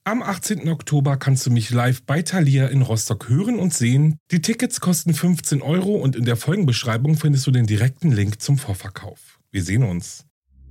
Am 18. Oktober kannst du mich live bei Thalia in Rostock hören und sehen. Die Tickets kosten 15 € und in der Folgenbeschreibung findest du den direkten Link zum Vorverkauf. Wir sehen uns.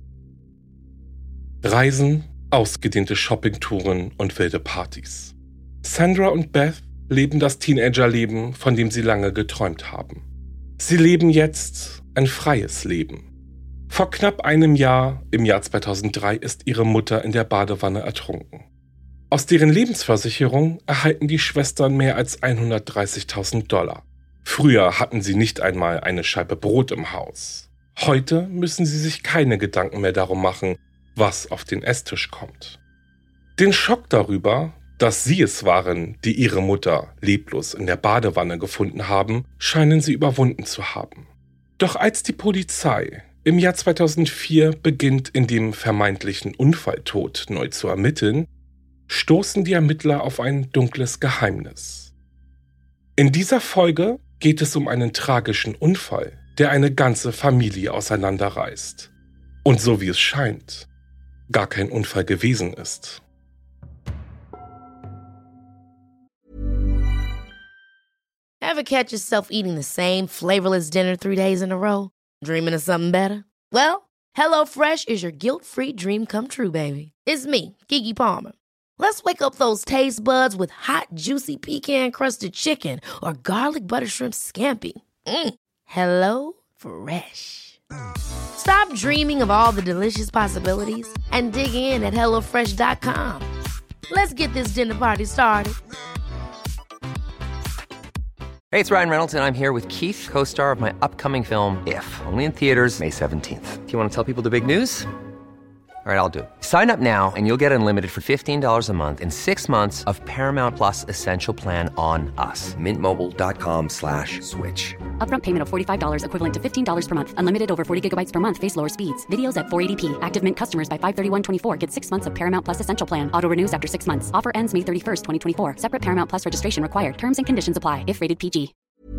Reisen, ausgedehnte Shoppingtouren und wilde Partys. Sandra und Beth leben das Teenagerleben, von dem sie lange geträumt haben. Sie leben jetzt ein freies Leben. Vor knapp einem Jahr, im Jahr 2003, ist ihre Mutter in der Badewanne ertrunken. Aus deren Lebensversicherung erhalten die Schwestern mehr als 130.000 $. Früher hatten sie nicht einmal eine Scheibe Brot im Haus. Heute müssen sie sich keine Gedanken mehr darum machen, was auf den Esstisch kommt. Den Schock darüber, dass sie es waren, die ihre Mutter leblos in der Badewanne gefunden haben, scheinen sie überwunden zu haben. Doch als die Polizei im Jahr 2004 beginnt, in dem vermeintlichen Unfalltod neu zu ermitteln, stoßen die Ermittler auf ein dunkles Geheimnis. In dieser Folge geht es um einen tragischen Unfall, der eine ganze Familie auseinanderreißt. Und so wie es scheint, gar kein Unfall gewesen ist. Ever catch yourself eating the same flavorless dinner 3 days in a row? Dreaming of something better? Well, HelloFresh is your guilt-free dream come true, baby. It's me, Keke Palmer. Let's wake up those taste buds with hot, juicy pecan-crusted chicken or garlic butter shrimp scampi. Hello Fresh. Stop dreaming of all the delicious possibilities and dig in at HelloFresh.com. Let's get this dinner party started. Hey, it's Ryan Reynolds, and I'm here with Keith, co-star of my upcoming film, If, only in theaters May 17th. Do you want to tell people the big news? All right, I'll do it. Sign up now and you'll get unlimited for $15 a month and 6 months of Paramount Plus Essential Plan on us. MintMobile.com/switch. Upfront payment of $45 equivalent to $15 per month. Unlimited over 40 gigabytes per month. Face lower speeds. Videos at 480p. Active Mint customers by 531.24 get 6 months of Paramount Plus Essential Plan. Auto renews after 6 months. Offer ends May 31st, 2024. Separate Paramount Plus registration required. Terms and conditions apply if rated PG.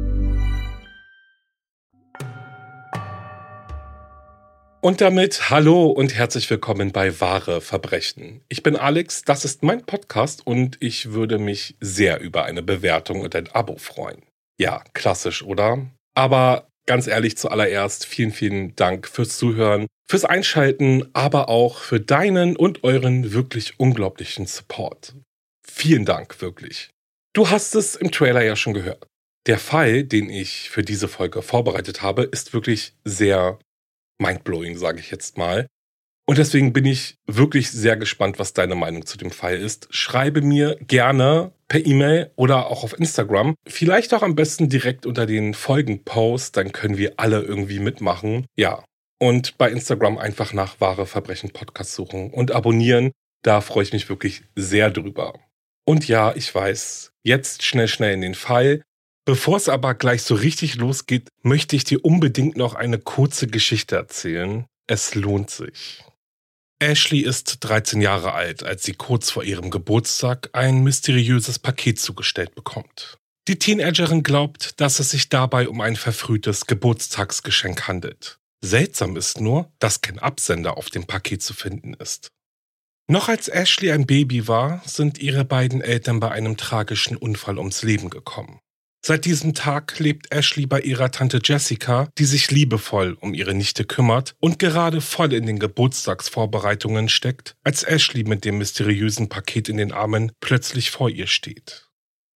Und damit hallo und herzlich willkommen bei Wahre Verbrechen. Ich bin Alex, das ist mein Podcast und ich würde mich sehr über eine Bewertung und ein Abo freuen. Ja, klassisch, oder? Aber ganz ehrlich zuallererst, vielen, vielen Dank fürs Zuhören, fürs Einschalten, aber auch für deinen und euren wirklich unglaublichen Support. Vielen Dank, wirklich. Du hast es im Trailer ja schon gehört. Der Fall, den ich für diese Folge vorbereitet habe, ist wirklich sehr mindblowing, sage ich jetzt mal. Und deswegen bin ich wirklich sehr gespannt, was deine Meinung zu dem Fall ist. Schreibe mir gerne per E-Mail oder auch auf Instagram. Vielleicht auch am besten direkt unter den Folgenpost, dann können wir alle irgendwie mitmachen. Ja, und bei Instagram einfach nach Wahre Verbrechen Podcast suchen und abonnieren. Da freue ich mich wirklich sehr drüber. Und ja, ich weiß, jetzt schnell in den Fall. Bevor es aber gleich so richtig losgeht, möchte ich dir unbedingt noch eine kurze Geschichte erzählen. Es lohnt sich. Ashley ist 13 Jahre alt, als sie kurz vor ihrem Geburtstag ein mysteriöses Paket zugestellt bekommt. Die Teenagerin glaubt, dass es sich dabei um ein verfrühtes Geburtstagsgeschenk handelt. Seltsam ist nur, dass kein Absender auf dem Paket zu finden ist. Noch als Ashley ein Baby war, sind ihre beiden Eltern bei einem tragischen Unfall ums Leben gekommen. Seit diesem Tag lebt Ashley bei ihrer Tante Jessica, die sich liebevoll um ihre Nichte kümmert und gerade voll in den Geburtstagsvorbereitungen steckt, als Ashley mit dem mysteriösen Paket in den Armen plötzlich vor ihr steht.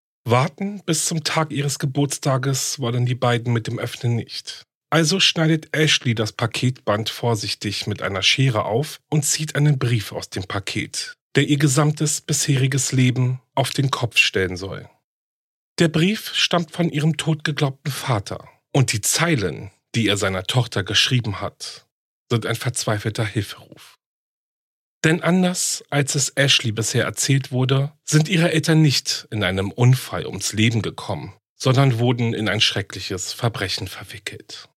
Warten bis zum Tag ihres Geburtstages wollen die beiden mit dem Öffnen nicht. Also schneidet Ashley das Paketband vorsichtig mit einer Schere auf und zieht einen Brief aus dem Paket, der ihr gesamtes bisheriges Leben auf den Kopf stellen soll. Der Brief stammt von ihrem totgeglaubten Vater und die Zeilen, die er seiner Tochter geschrieben hat, sind ein verzweifelter Hilferuf. Denn anders als es Ashley bisher erzählt wurde, sind ihre Eltern nicht in einem Unfall ums Leben gekommen, sondern wurden in ein schreckliches Verbrechen verwickelt.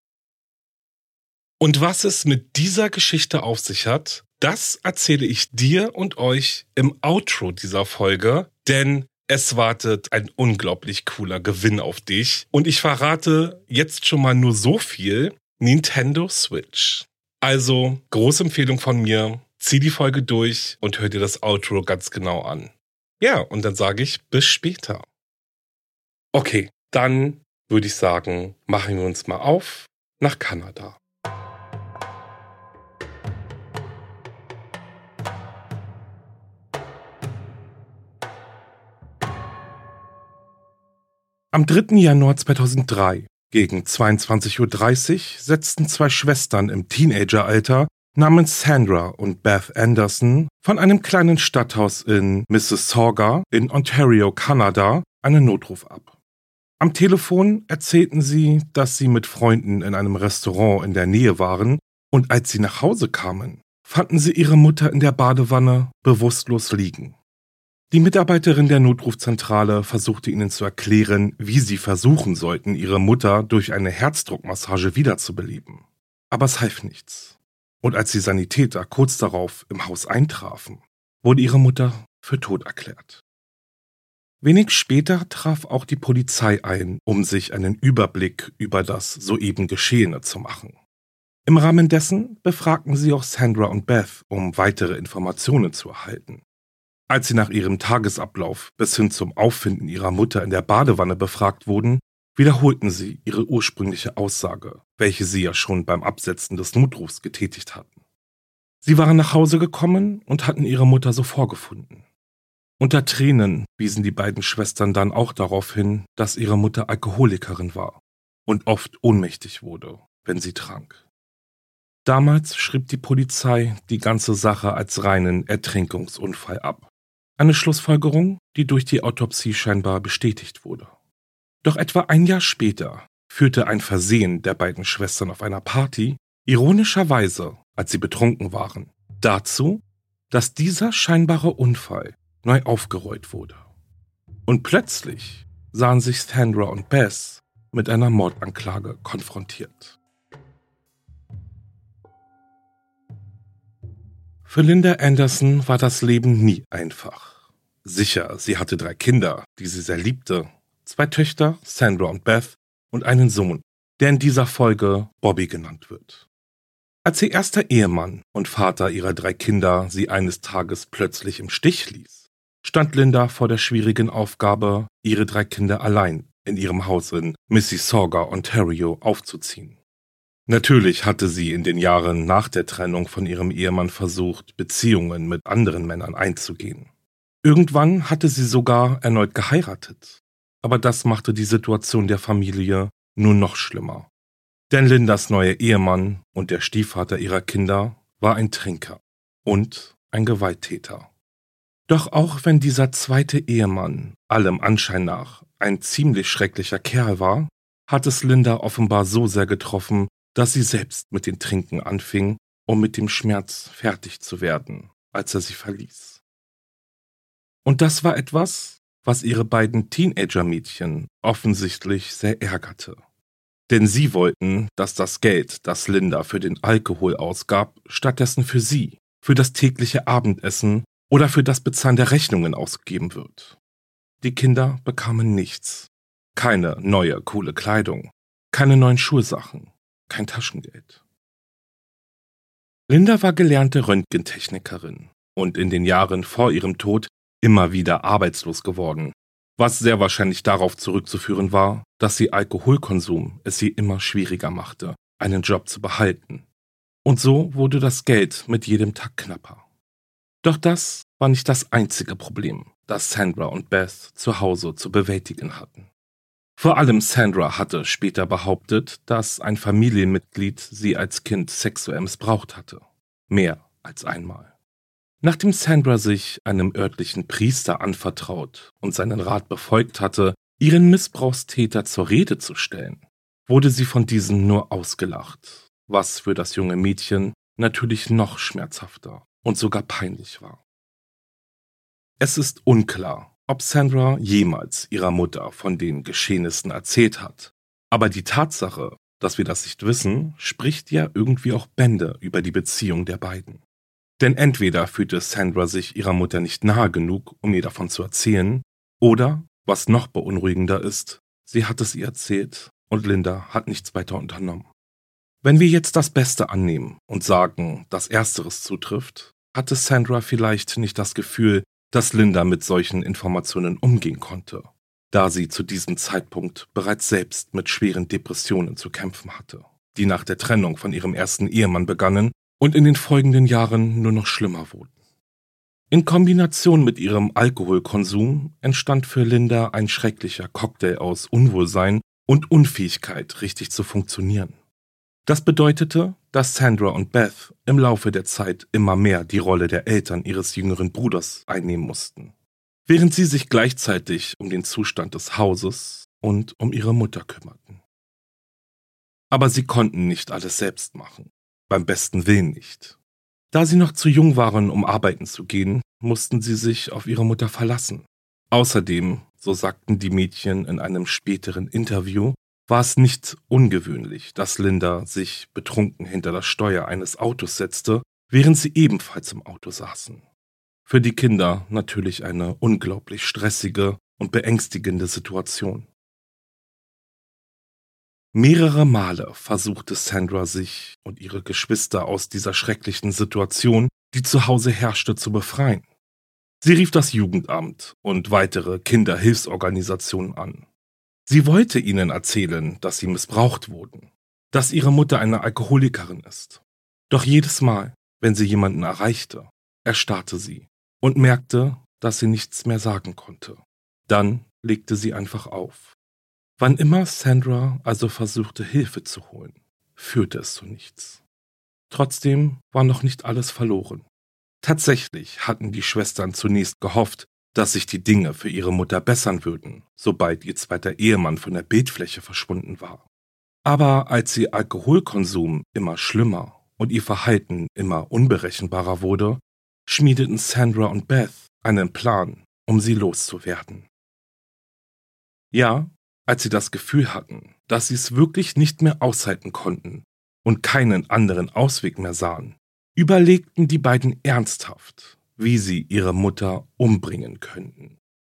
Und was es mit dieser Geschichte auf sich hat, das erzähle ich dir und euch im Outro dieser Folge, denn es wartet ein unglaublich cooler Gewinn auf dich. Und ich verrate jetzt schon mal nur so viel: Nintendo Switch. Also, große Empfehlung von mir. Zieh die Folge durch und hör dir das Outro ganz genau an. Ja, und dann sage ich bis später. Okay, dann würde ich sagen, machen wir uns mal auf nach Kanada. Am 3. Januar 2003 gegen 22:30 Uhr setzten zwei Schwestern im Teenageralter namens Sandra und Beth Anderson von einem kleinen Stadthaus in Mississauga in Ontario, Kanada, einen Notruf ab. Am Telefon erzählten sie, dass sie mit Freunden in einem Restaurant in der Nähe waren und als sie nach Hause kamen, fanden sie ihre Mutter in der Badewanne bewusstlos liegen. Die Mitarbeiterin der Notrufzentrale versuchte ihnen zu erklären, wie sie versuchen sollten, ihre Mutter durch eine Herzdruckmassage wiederzubeleben. Aber es half nichts. Und als die Sanitäter kurz darauf im Haus eintrafen, wurde ihre Mutter für tot erklärt. Wenig später traf auch die Polizei ein, um sich einen Überblick über das soeben Geschehene zu machen. Im Rahmen dessen befragten sie auch Sandra und Beth, um weitere Informationen zu erhalten. Als sie nach ihrem Tagesablauf bis hin zum Auffinden ihrer Mutter in der Badewanne befragt wurden, wiederholten sie ihre ursprüngliche Aussage, welche sie ja schon beim Absetzen des Notrufs getätigt hatten. Sie waren nach Hause gekommen und hatten ihre Mutter so vorgefunden. Unter Tränen wiesen die beiden Schwestern dann auch darauf hin, dass ihre Mutter Alkoholikerin war und oft ohnmächtig wurde, wenn sie trank. Damals schrieb die Polizei die ganze Sache als reinen Ertrinkungsunfall ab. Eine Schlussfolgerung, die durch die Autopsie scheinbar bestätigt wurde. Doch etwa ein Jahr später führte ein Versehen der beiden Schwestern auf einer Party, ironischerweise, als sie betrunken waren, dazu, dass dieser scheinbare Unfall neu aufgerollt wurde. Und plötzlich sahen sich Sandra und Beth mit einer Mordanklage konfrontiert. Für Linda Anderson war das Leben nie einfach. Sicher, sie hatte 3 Kinder, die sie sehr liebte, 2 Töchter, Sandra und Beth, und einen Sohn, der in dieser Folge Bobby genannt wird. Als ihr erster Ehemann und Vater ihrer 3 Kinder sie eines Tages plötzlich im Stich ließ, stand Linda vor der schwierigen Aufgabe, ihre 3 Kinder allein in ihrem Haus in Mississauga, Ontario, aufzuziehen. Natürlich hatte sie in den Jahren nach der Trennung von ihrem Ehemann versucht, Beziehungen mit anderen Männern einzugehen. Irgendwann hatte sie sogar erneut geheiratet. Aber das machte die Situation der Familie nur noch schlimmer. Denn Lindas neuer Ehemann und der Stiefvater ihrer Kinder war ein Trinker und ein Gewalttäter. Doch auch wenn dieser zweite Ehemann allem Anschein nach ein ziemlich schrecklicher Kerl war, hat es Linda offenbar so sehr getroffen, dass sie selbst mit dem Trinken anfing, um mit dem Schmerz fertig zu werden, als er sie verließ. Und das war etwas, was ihre beiden Teenager-Mädchen offensichtlich sehr ärgerte. Denn sie wollten, dass das Geld, das Linda für den Alkohol ausgab, stattdessen für sie, für das tägliche Abendessen oder für das Bezahlen der Rechnungen ausgegeben wird. Die Kinder bekamen nichts. Keine neue, coole Kleidung, keine neuen Schulsachen, kein Taschengeld. Linda war gelernte Röntgentechnikerin und in den Jahren vor ihrem Tod immer wieder arbeitslos geworden, was sehr wahrscheinlich darauf zurückzuführen war, dass ihr Alkoholkonsum es ihr immer schwieriger machte, einen Job zu behalten. Und so wurde das Geld mit jedem Tag knapper. Doch das war nicht das einzige Problem, das Sandra und Beth zu Hause zu bewältigen hatten. Vor allem Sandra hatte später behauptet, dass ein Familienmitglied sie als Kind sexuell missbraucht hatte. Mehr als einmal. Nachdem Sandra sich einem örtlichen Priester anvertraut und seinen Rat befolgt hatte, ihren Missbrauchstäter zur Rede zu stellen, wurde sie von diesem nur ausgelacht, was für das junge Mädchen natürlich noch schmerzhafter und sogar peinlich war. Es ist unklar, ob Sandra jemals ihrer Mutter von den Geschehnissen erzählt hat, aber die Tatsache, dass wir das nicht wissen, spricht ja irgendwie auch Bände über die Beziehung der beiden. Denn entweder fühlte Sandra sich ihrer Mutter nicht nahe genug, um ihr davon zu erzählen, oder, was noch beunruhigender ist, sie hat es ihr erzählt und Linda hat nichts weiter unternommen. Wenn wir jetzt das Beste annehmen und sagen, dass Ersteres zutrifft, hatte Sandra vielleicht nicht das Gefühl, dass Linda mit solchen Informationen umgehen konnte, da sie zu diesem Zeitpunkt bereits selbst mit schweren Depressionen zu kämpfen hatte, die nach der Trennung von ihrem ersten Ehemann begannen und in den folgenden Jahren nur noch schlimmer wurden. In Kombination mit ihrem Alkoholkonsum entstand für Linda ein schrecklicher Cocktail aus Unwohlsein und Unfähigkeit, richtig zu funktionieren. Das bedeutete, dass Sandra und Beth im Laufe der Zeit immer mehr die Rolle der Eltern ihres jüngeren Bruders einnehmen mussten, während sie sich gleichzeitig um den Zustand des Hauses und um ihre Mutter kümmerten. Aber sie konnten nicht alles selbst machen, beim besten Willen nicht. Da sie noch zu jung waren, um arbeiten zu gehen, mussten sie sich auf ihre Mutter verlassen. Außerdem, so sagten die Mädchen in einem späteren Interview, war es nicht ungewöhnlich, dass Linda sich betrunken hinter das Steuer eines Autos setzte, während sie ebenfalls im Auto saßen. Für die Kinder natürlich eine unglaublich stressige und beängstigende Situation. Mehrere Male versuchte Sandra sich und ihre Geschwister aus dieser schrecklichen Situation, die zu Hause herrschte, zu befreien. Sie rief das Jugendamt und weitere Kinderhilfsorganisationen an. Sie wollte ihnen erzählen, dass sie missbraucht wurden, dass ihre Mutter eine Alkoholikerin ist. Doch jedes Mal, wenn sie jemanden erreichte, erstarrte sie und merkte, dass sie nichts mehr sagen konnte. Dann legte sie einfach auf. Wann immer Sandra also versuchte, Hilfe zu holen, führte es zu nichts. Trotzdem war noch nicht alles verloren. Tatsächlich hatten die Schwestern zunächst gehofft, dass sich die Dinge für ihre Mutter bessern würden, sobald ihr zweiter Ehemann von der Bildfläche verschwunden war. Aber als ihr Alkoholkonsum immer schlimmer und ihr Verhalten immer unberechenbarer wurde, schmiedeten Sandra und Beth einen Plan, um sie loszuwerden. Ja, als sie das Gefühl hatten, dass sie es wirklich nicht mehr aushalten konnten und keinen anderen Ausweg mehr sahen, überlegten die beiden ernsthaft, wie sie ihre Mutter umbringen könnten.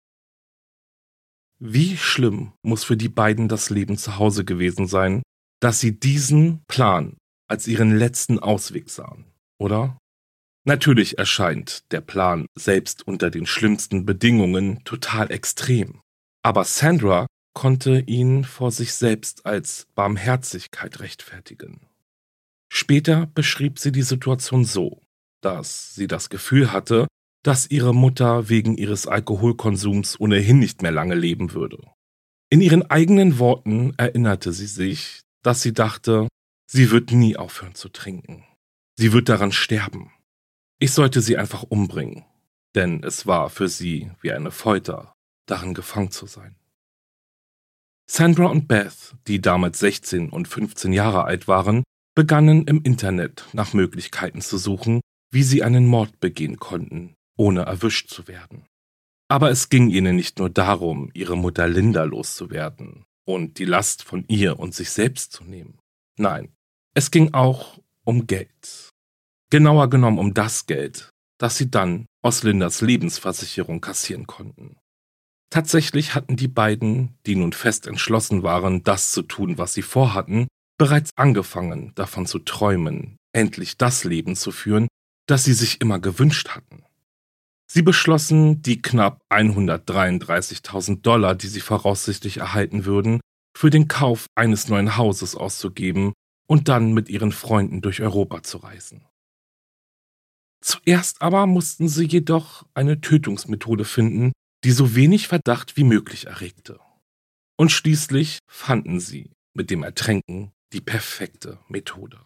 Wie schlimm muss für die beiden das Leben zu Hause gewesen sein, dass sie diesen Plan als ihren letzten Ausweg sahen, oder? Natürlich erscheint der Plan selbst unter den schlimmsten Bedingungen total extrem, aber Sandra konnte ihn vor sich selbst als Barmherzigkeit rechtfertigen. Später beschrieb sie die Situation so, dass sie das Gefühl hatte, dass ihre Mutter wegen ihres Alkoholkonsums ohnehin nicht mehr lange leben würde. In ihren eigenen Worten erinnerte sie sich, dass sie dachte, sie wird nie aufhören zu trinken. Sie wird daran sterben. Ich sollte sie einfach umbringen, denn es war für sie wie eine Folter, darin gefangen zu sein. Sandra und Beth, die damals 16 und 15 Jahre alt waren, begannen im Internet nach Möglichkeiten zu suchen, wie sie einen Mord begehen konnten, ohne erwischt zu werden. Aber es ging ihnen nicht nur darum, ihre Mutter Linda loszuwerden und die Last von ihr und sich selbst zu nehmen. Nein, es ging auch um Geld. Genauer genommen um das Geld, das sie dann aus Lindas Lebensversicherung kassieren konnten. Tatsächlich hatten die beiden, die nun fest entschlossen waren, das zu tun, was sie vorhatten, bereits angefangen, davon zu träumen, endlich das Leben zu führen, das sie sich immer gewünscht hatten. Sie beschlossen, die knapp $133.000, die sie voraussichtlich erhalten würden, für den Kauf eines neuen Hauses auszugeben und dann mit ihren Freunden durch Europa zu reisen. Zuerst aber mussten sie jedoch eine Tötungsmethode finden, die so wenig Verdacht wie möglich erregte. Und schließlich fanden sie mit dem Ertränken die perfekte Methode.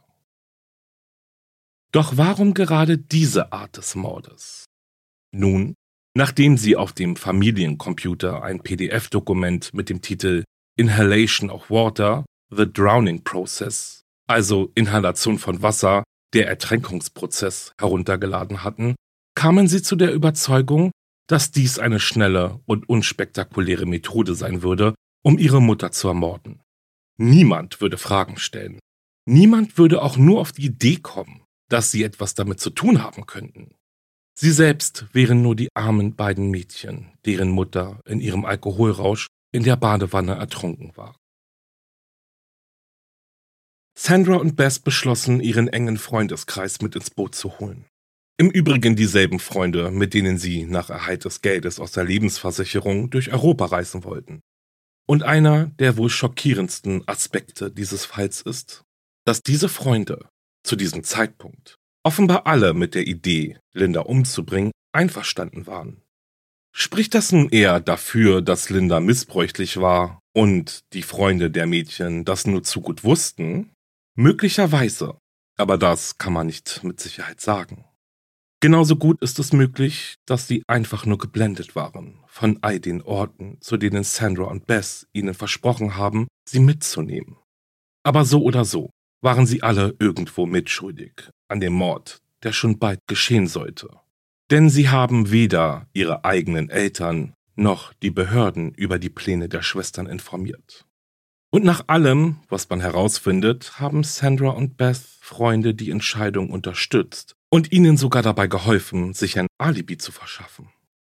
Doch warum gerade diese Art des Mordes? Nun, nachdem sie auf dem Familiencomputer ein PDF-Dokument mit dem Titel Inhalation of Water, The Drowning Process, also Inhalation von Wasser, der Ertränkungsprozess, heruntergeladen hatten, kamen sie zu der Überzeugung, dass dies eine schnelle und unspektakuläre Methode sein würde, um ihre Mutter zu ermorden. Niemand würde Fragen stellen. Niemand würde auch nur auf die Idee kommen, dass sie etwas damit zu tun haben könnten. Sie selbst wären nur die armen beiden Mädchen, deren Mutter in ihrem Alkoholrausch in der Badewanne ertrunken war. Sandra und Beth beschlossen, ihren engen Freundeskreis mit ins Boot zu holen. Im Übrigen dieselben Freunde, mit denen sie nach Erhalt des Geldes aus der Lebensversicherung durch Europa reisen wollten. Und einer der wohl schockierendsten Aspekte dieses Falls ist, dass diese Freunde zu diesem Zeitpunkt offenbar alle mit der Idee, Linda umzubringen, einverstanden waren. Spricht das nun eher dafür, dass Linda missbräuchlich war und die Freunde der Mädchen das nur zu gut wussten? Möglicherweise, aber das kann man nicht mit Sicherheit sagen. Genauso gut ist es möglich, dass sie einfach nur geblendet waren von all den Orten, zu denen Sandra und Beth ihnen versprochen haben, sie mitzunehmen. Aber so oder so waren sie alle irgendwo mitschuldig an dem Mord, der schon bald geschehen sollte. Denn sie haben weder ihre eigenen Eltern noch die Behörden über die Pläne der Schwestern informiert. Und nach allem, was man herausfindet, haben Sandra und Beth Freunde die Entscheidung unterstützt und ihnen sogar dabei geholfen, sich ein Alibi zu verschaffen.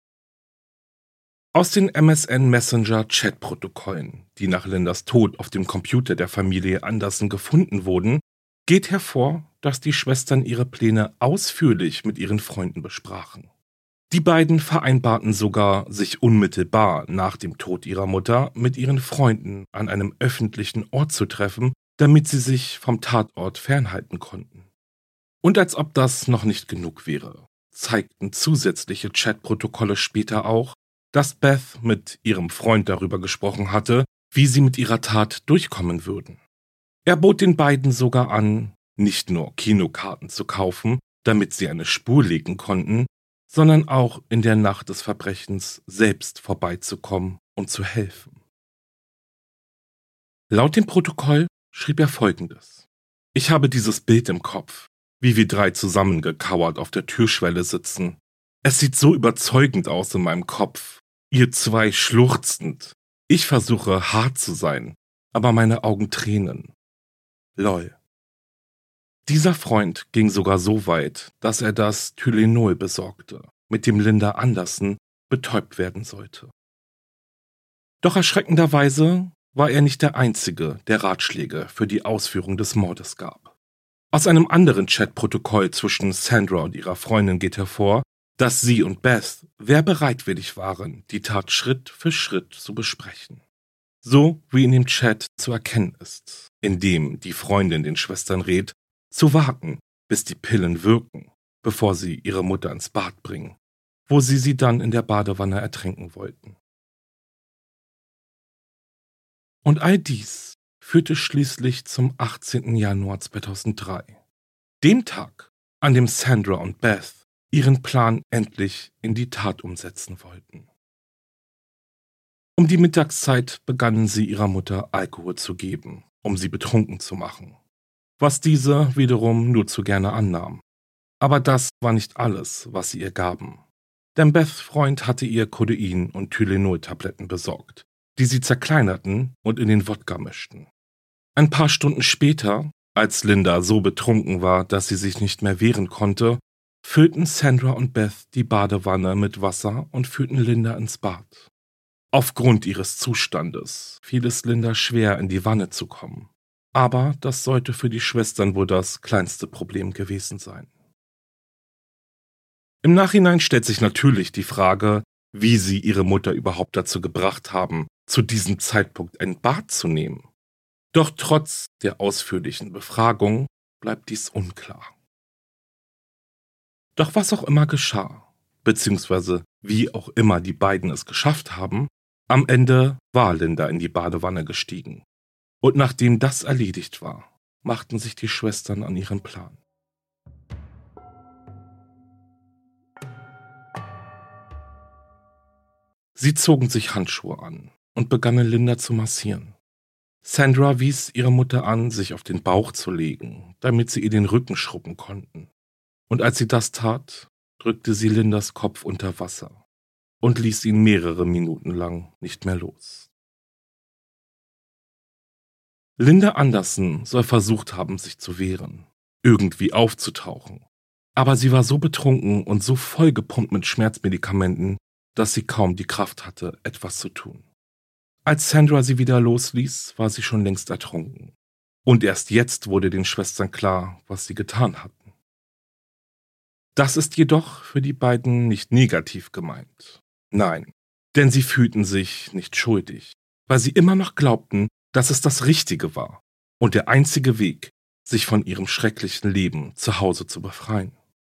Aus den MSN Messenger Chatprotokollen, die nach Lindas Tod auf dem Computer der Familie Anderson gefunden wurden, geht hervor, dass die Schwestern ihre Pläne ausführlich mit ihren Freunden besprachen. Die beiden vereinbarten sogar, sich unmittelbar nach dem Tod ihrer Mutter mit ihren Freunden an einem öffentlichen Ort zu treffen, damit sie sich vom Tatort fernhalten konnten. Und als ob das noch nicht genug wäre, zeigten zusätzliche Chatprotokolle später auch, dass Beth mit ihrem Freund darüber gesprochen hatte, wie sie mit ihrer Tat durchkommen würden. Er bot den beiden sogar an, nicht nur Kinokarten zu kaufen, damit sie eine Spur legen konnten, sondern auch in der Nacht des Verbrechens selbst vorbeizukommen und zu helfen. Laut dem Protokoll schrieb er Folgendes: Ich habe dieses Bild im Kopf, wie wir drei zusammengekauert auf der Türschwelle sitzen. Es sieht so überzeugend aus in meinem Kopf. Ihr zwei schluchzend. Ich versuche hart zu sein, aber meine Augen tränen. Lol. Dieser Freund ging sogar so weit, dass er das Tylenol besorgte, mit dem Linda Anderson betäubt werden sollte. Doch erschreckenderweise war er nicht der Einzige, der Ratschläge für die Ausführung des Mordes gab. Aus einem anderen Chatprotokoll zwischen Sandra und ihrer Freundin geht hervor, dass sie und Beth sehr bereitwillig waren, die Tat Schritt für Schritt zu besprechen. So wie in dem Chat zu erkennen ist, in dem die Freundin den Schwestern rät, zu warten, bis die Pillen wirken, bevor sie ihre Mutter ins Bad bringen, wo sie dann in der Badewanne ertränken wollten. Und all dies führte schließlich zum 18. Januar 2003, dem Tag, an dem Sandra und Beth ihren Plan endlich in die Tat umsetzen wollten. Um die Mittagszeit begannen sie ihrer Mutter Alkohol zu geben, um sie betrunken zu machen, was diese wiederum nur zu gerne annahm. Aber das war nicht alles, was sie ihr gaben. Denn Beths Freund hatte ihr Codein- und Tylenol-Tabletten besorgt, die sie zerkleinerten und in den Wodka mischten. Ein paar Stunden später, als Linda so betrunken war, dass sie sich nicht mehr wehren konnte, füllten Sandra und Beth die Badewanne mit Wasser und führten Linda ins Bad. Aufgrund ihres Zustandes fiel es Linda schwer, in die Wanne zu kommen. Aber das sollte für die Schwestern wohl das kleinste Problem gewesen sein. Im Nachhinein stellt sich natürlich die Frage, wie sie ihre Mutter überhaupt dazu gebracht haben, zu diesem Zeitpunkt ein Bad zu nehmen. Doch trotz der ausführlichen Befragung bleibt dies unklar. Doch was auch immer geschah, beziehungsweise wie auch immer die beiden es geschafft haben, am Ende war Linda in die Badewanne gestiegen. Und nachdem das erledigt war, machten sich die Schwestern an ihren Plan. Sie zogen sich Handschuhe an und begannen Linda zu massieren. Sandra wies ihre Mutter an, sich auf den Bauch zu legen, damit sie ihr den Rücken schrubben konnten. Und als sie das tat, drückte sie Lindas Kopf unter Wasser und ließ ihn mehrere Minuten lang nicht mehr los. Linda Anderson soll versucht haben, sich zu wehren, irgendwie aufzutauchen. Aber sie war so betrunken und so vollgepumpt mit Schmerzmedikamenten, dass sie kaum die Kraft hatte, etwas zu tun. Als Sandra sie wieder losließ, war sie schon längst ertrunken. Und erst jetzt wurde den Schwestern klar, was sie getan hatten. Das ist jedoch für die beiden nicht negativ gemeint. Nein, denn sie fühlten sich nicht schuldig, weil sie immer noch glaubten, dass es das Richtige war und der einzige Weg, sich von ihrem schrecklichen Leben zu Hause zu befreien.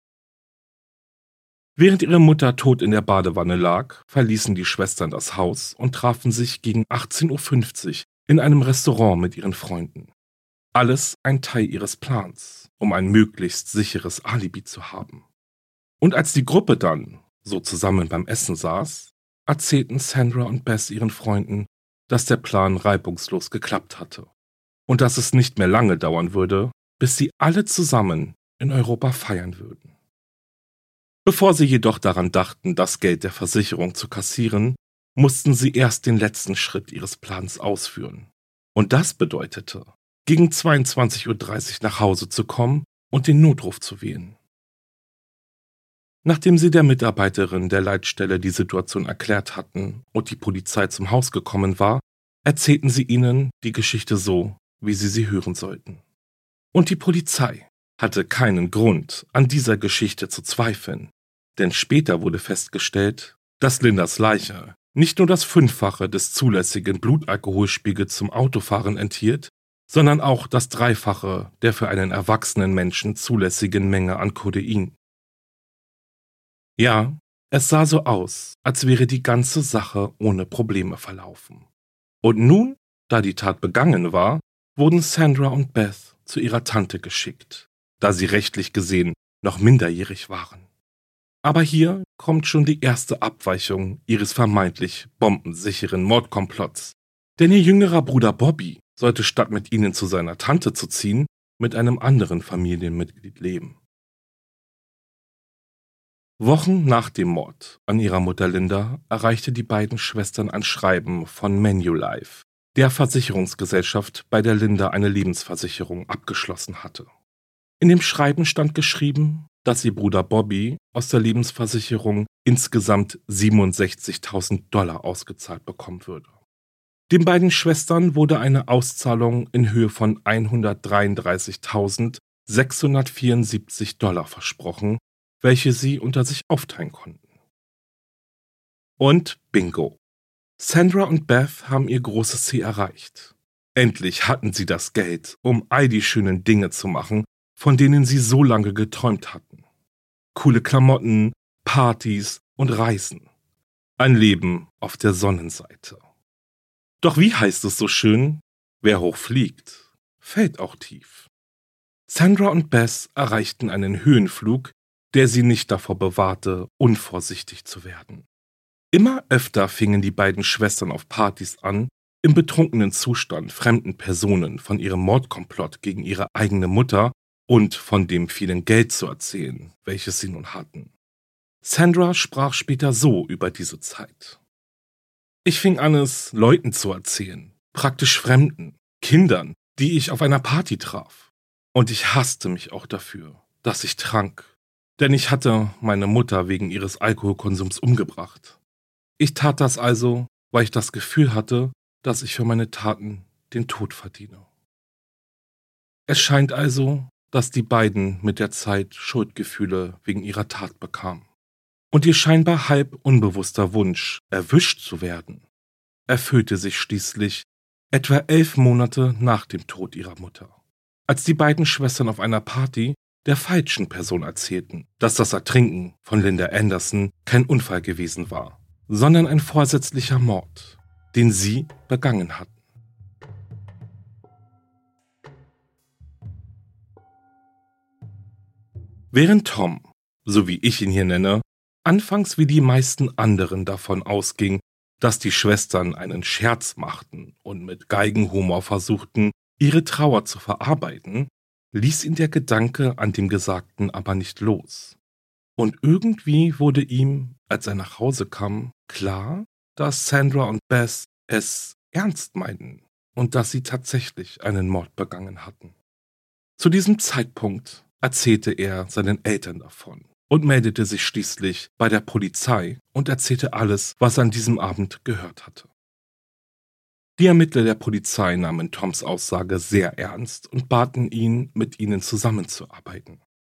Während ihre Mutter tot in der Badewanne lag, verließen die Schwestern das Haus und trafen sich gegen 18:50 Uhr in einem Restaurant mit ihren Freunden. Alles ein Teil ihres Plans, um ein möglichst sicheres Alibi zu haben. Und als die Gruppe dann so zusammen beim Essen saß, erzählten Sandra und Beth ihren Freunden, dass der Plan reibungslos geklappt hatte und dass es nicht mehr lange dauern würde, bis sie alle zusammen in Europa feiern würden. Bevor sie jedoch daran dachten, das Geld der Versicherung zu kassieren, mussten sie erst den letzten Schritt ihres Plans ausführen. Und das bedeutete, gegen 22:30 Uhr nach Hause zu kommen und den Notruf zu wählen. Nachdem sie der Mitarbeiterin der Leitstelle die Situation erklärt hatten und die Polizei zum Haus gekommen war, erzählten sie ihnen die Geschichte so, wie sie hören sollten. Und die Polizei hatte keinen Grund, an dieser Geschichte zu zweifeln, denn später wurde festgestellt, dass Lindas Leiche nicht nur das 5-fache des zulässigen Blutalkoholspiegels zum Autofahren enthielt, sondern auch das 3-fache der für einen erwachsenen Menschen zulässigen Menge an Codein. Ja, es sah so aus, als wäre die ganze Sache ohne Probleme verlaufen. Und nun, da die Tat begangen war, wurden Sandra und Beth zu ihrer Tante geschickt, da sie rechtlich gesehen noch minderjährig waren. Aber hier kommt schon die erste Abweichung ihres vermeintlich bombensicheren Mordkomplotts, denn ihr jüngerer Bruder Bobby sollte statt mit ihnen zu seiner Tante zu ziehen, mit einem anderen Familienmitglied leben. Wochen nach dem Mord an ihrer Mutter Linda erreichte die beiden Schwestern ein Schreiben von Manulife, der Versicherungsgesellschaft, bei der Linda eine Lebensversicherung abgeschlossen hatte. In dem Schreiben stand geschrieben, dass ihr Bruder Bobby aus der Lebensversicherung insgesamt $67.000 ausgezahlt bekommen würde. Den beiden Schwestern wurde eine Auszahlung in Höhe von $133.674 versprochen, welche sie unter sich aufteilen konnten. Und bingo! Sandra und Beth haben ihr großes Ziel erreicht. Endlich hatten sie das Geld, um all die schönen Dinge zu machen, von denen sie so lange geträumt hatten. Coole Klamotten, Partys und Reisen. Ein Leben auf der Sonnenseite. Doch wie heißt es so schön? Wer hoch fliegt, fällt auch tief. Sandra und Beth erreichten einen Höhenflug, der sie nicht davor bewahrte, unvorsichtig zu werden. Immer öfter fingen die beiden Schwestern auf Partys an, im betrunkenen Zustand fremden Personen von ihrem Mordkomplott gegen ihre eigene Mutter und von dem vielen Geld zu erzählen, welches sie nun hatten. Sandra sprach später so über diese Zeit. Ich fing an, es Leuten zu erzählen, praktisch Fremden, Kindern, die ich auf einer Party traf. Und ich hasste mich auch dafür, dass ich trank, denn ich hatte meine Mutter wegen ihres Alkoholkonsums umgebracht. Ich tat das also, weil ich das Gefühl hatte, dass ich für meine Taten den Tod verdiene. Es scheint also, dass die beiden mit der Zeit Schuldgefühle wegen ihrer Tat bekamen. Und ihr scheinbar halb unbewusster Wunsch, erwischt zu werden, erfüllte sich schließlich etwa 11 Monate nach dem Tod ihrer Mutter, als die beiden Schwestern auf einer Party der falschen Person erzählten, dass das Ertrinken von Linda Anderson kein Unfall gewesen war, sondern ein vorsätzlicher Mord, den sie begangen hatten. Während Tom, so wie ich ihn hier nenne, anfangs wie die meisten anderen davon ausging, dass die Schwestern einen Scherz machten und mit Geigenhumor versuchten, ihre Trauer zu verarbeiten, ließ ihn der Gedanke an dem Gesagten aber nicht los. Und irgendwie wurde ihm, als er nach Hause kam, klar, dass Sandra und Beth es ernst meinten und dass sie tatsächlich einen Mord begangen hatten. Zu diesem Zeitpunkt erzählte er seinen Eltern davon und meldete sich schließlich bei der Polizei und erzählte alles, was er an diesem Abend gehört hatte. Die Ermittler der Polizei nahmen Toms Aussage sehr ernst und baten ihn, mit ihnen zusammenzuarbeiten.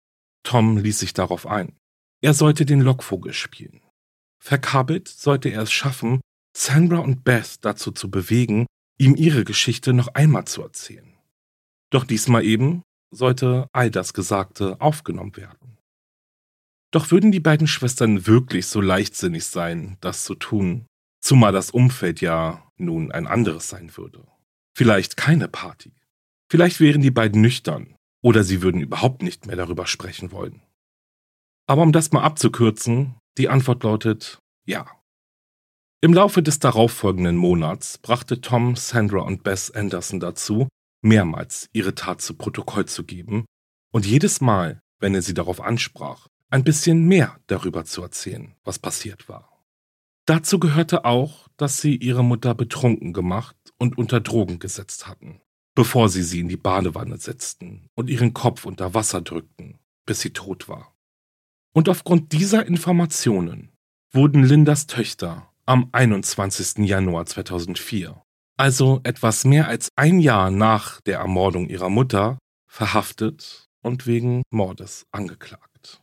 Tom ließ sich darauf ein. Er sollte den Lockvogel spielen. Verkabelt sollte er es schaffen, Sandra und Beth dazu zu bewegen, ihm ihre Geschichte noch einmal zu erzählen. Doch diesmal eben sollte all das Gesagte aufgenommen werden. Doch würden die beiden Schwestern wirklich so leichtsinnig sein, das zu tun, zumal das Umfeld ja nun ein anderes sein würde? Vielleicht keine Party. Vielleicht wären die beiden nüchtern oder sie würden überhaupt nicht mehr darüber sprechen wollen. Aber um das mal abzukürzen, die Antwort lautet ja. Im Laufe des darauffolgenden Monats brachte Tom, Sandra und Beth Anderson dazu, mehrmals ihre Tat zu Protokoll zu geben und jedes Mal, wenn er sie darauf ansprach, ein bisschen mehr darüber zu erzählen, was passiert war. Dazu gehörte auch, dass sie ihre Mutter betrunken gemacht und unter Drogen gesetzt hatten, bevor sie in die Badewanne setzten und ihren Kopf unter Wasser drückten, bis sie tot war. Und aufgrund dieser Informationen wurden Lindas Töchter am 21. Januar 2004, also etwas mehr als ein Jahr nach der Ermordung ihrer Mutter, verhaftet und wegen Mordes angeklagt.